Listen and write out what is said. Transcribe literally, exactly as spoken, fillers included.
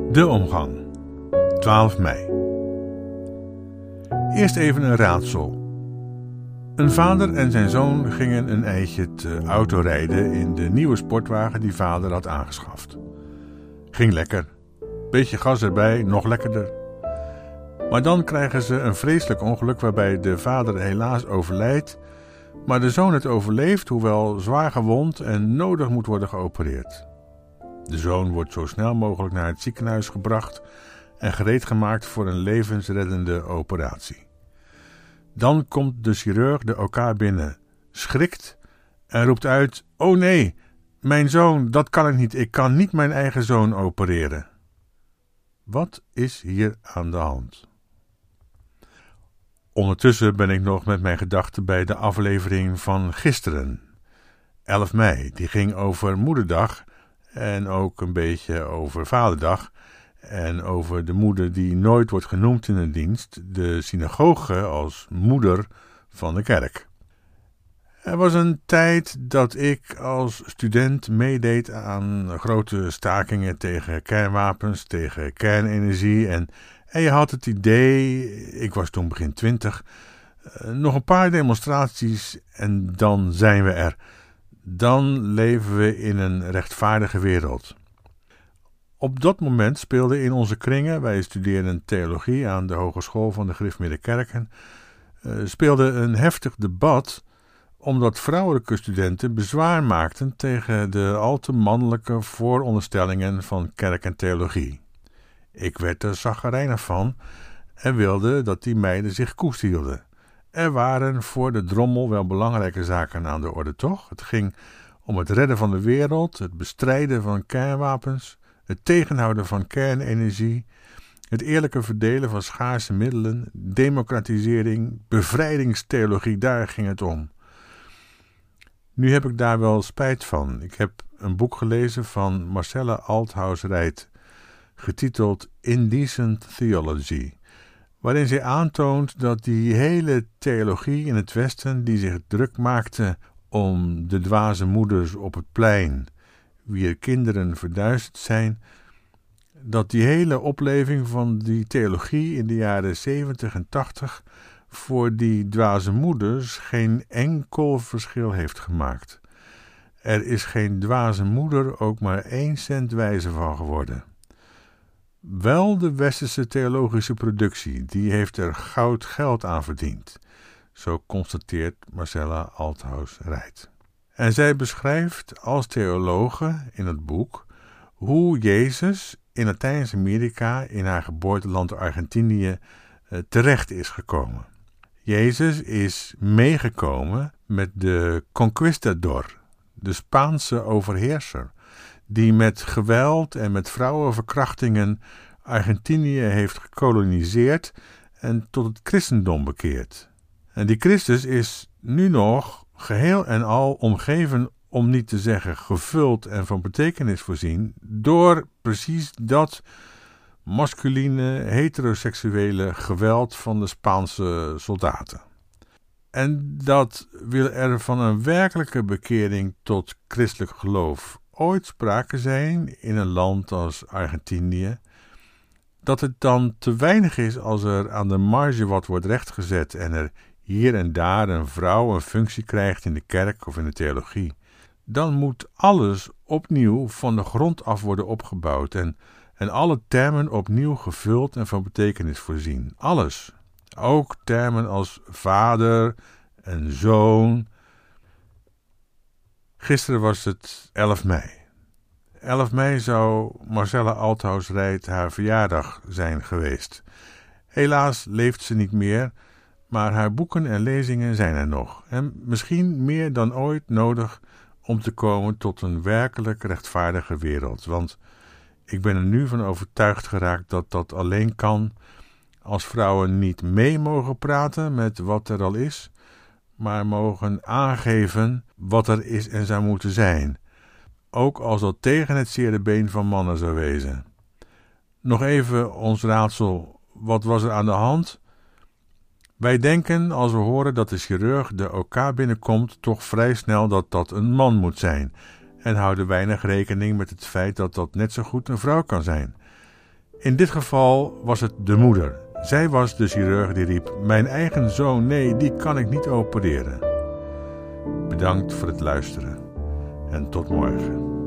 De omgang. twaalf mei. Eerst even een raadsel. Een vader en zijn zoon gingen een eindje te autorijden in de nieuwe sportwagen die vader had aangeschaft. Ging lekker. Beetje gas erbij, nog lekkerder. Maar dan krijgen ze een vreselijk ongeluk waarbij de vader helaas overlijdt, maar de zoon het overleeft, hoewel zwaar gewond en nodig moet worden geopereerd. De zoon wordt zo snel mogelijk naar het ziekenhuis gebracht en gereed gemaakt voor een levensreddende operatie. Dan komt de chirurg de O K binnen, schrikt en roept uit: "Oh nee, mijn zoon, dat kan ik niet. Ik kan niet mijn eigen zoon opereren." Wat is hier aan de hand? Ondertussen ben ik nog met mijn gedachten bij de aflevering van gisteren, elf mei. Die ging over Moederdag en ook een beetje over Vaderdag en over de moeder die nooit wordt genoemd in de dienst, de synagoge als moeder van de kerk. Er was een tijd dat ik als student meedeed aan grote stakingen tegen kernwapens, tegen kernenergie en, en je had het idee, ik was toen begin twintig, nog een paar demonstraties en dan zijn we er. Dan leven we in een rechtvaardige wereld. Op dat moment speelde in onze kringen, wij studeerden theologie aan de Hogeschool van de Gereformeerde Kerken, speelde een heftig debat omdat vrouwelijke studenten bezwaar maakten tegen de al te mannelijke vooronderstellingen van kerk en theologie. Ik werd er chagrijnig van en wilde dat die meiden zich koest hielden. Er waren voor de drommel wel belangrijke zaken aan de orde, toch? Het ging om het redden van de wereld, het bestrijden van kernwapens, het tegenhouden van kernenergie, het eerlijke verdelen van schaarse middelen, democratisering, bevrijdingstheologie, daar ging het om. Nu heb ik daar wel spijt van. Ik heb een boek gelezen van Marcella Althaus-Reit, getiteld Indecent Theology, waarin zij aantoont dat die hele theologie in het Westen, die zich druk maakte om de dwaze moeders op het plein, wier kinderen verduisterd zijn, dat die hele opleving van die theologie in de jaren zeventig en tachtig voor die dwaze moeders geen enkel verschil heeft gemaakt. Er is geen dwaze moeder ook maar één cent wijzer van geworden. Wel de westerse theologische productie, die heeft er goud geld aan verdiend. Zo constateert Marcella Althaus-Reit. En zij beschrijft als theologe in het boek hoe Jezus in Latijns-Amerika, in haar geboorteland Argentinië, terecht is gekomen. Jezus is meegekomen met de conquistador, de Spaanse overheerser, die met geweld en met vrouwenverkrachtingen Argentinië heeft gekoloniseerd en tot het christendom bekeerd. En die Christus is nu nog geheel en al omgeven, om niet te zeggen gevuld en van betekenis voorzien, door precies dat masculine, heteroseksuele geweld van de Spaanse soldaten. En dat wil er van een werkelijke bekering tot christelijk geloof ooit sprake zijn in een land als Argentinië, dat het dan te weinig is als er aan de marge wat wordt rechtgezet en er hier en daar een vrouw een functie krijgt in de kerk of in de theologie. Dan moet alles opnieuw van de grond af worden opgebouwd en, en alle termen opnieuw gevuld en van betekenis voorzien. Alles. Ook termen als vader en zoon. Gisteren was het elf mei. elf mei zou Marcella Althaus-Reit haar verjaardag zijn geweest. Helaas leeft ze niet meer, maar haar boeken en lezingen zijn er nog. En misschien meer dan ooit nodig om te komen tot een werkelijk rechtvaardige wereld. Want ik ben er nu van overtuigd geraakt dat dat alleen kan als vrouwen niet mee mogen praten met wat er al is, maar mogen aangeven wat er is en zou moeten zijn. Ook als dat tegen het zere been van mannen zou wezen. Nog even ons raadsel, wat was er aan de hand? Wij denken, als we horen dat de chirurg de O K binnenkomt, toch vrij snel dat dat een man moet zijn. En houden weinig rekening met het feit dat dat net zo goed een vrouw kan zijn. In dit geval was het de moeder. Zij was de chirurg die riep: mijn eigen zoon, nee, die kan ik niet opereren. Bedankt voor het luisteren en tot morgen.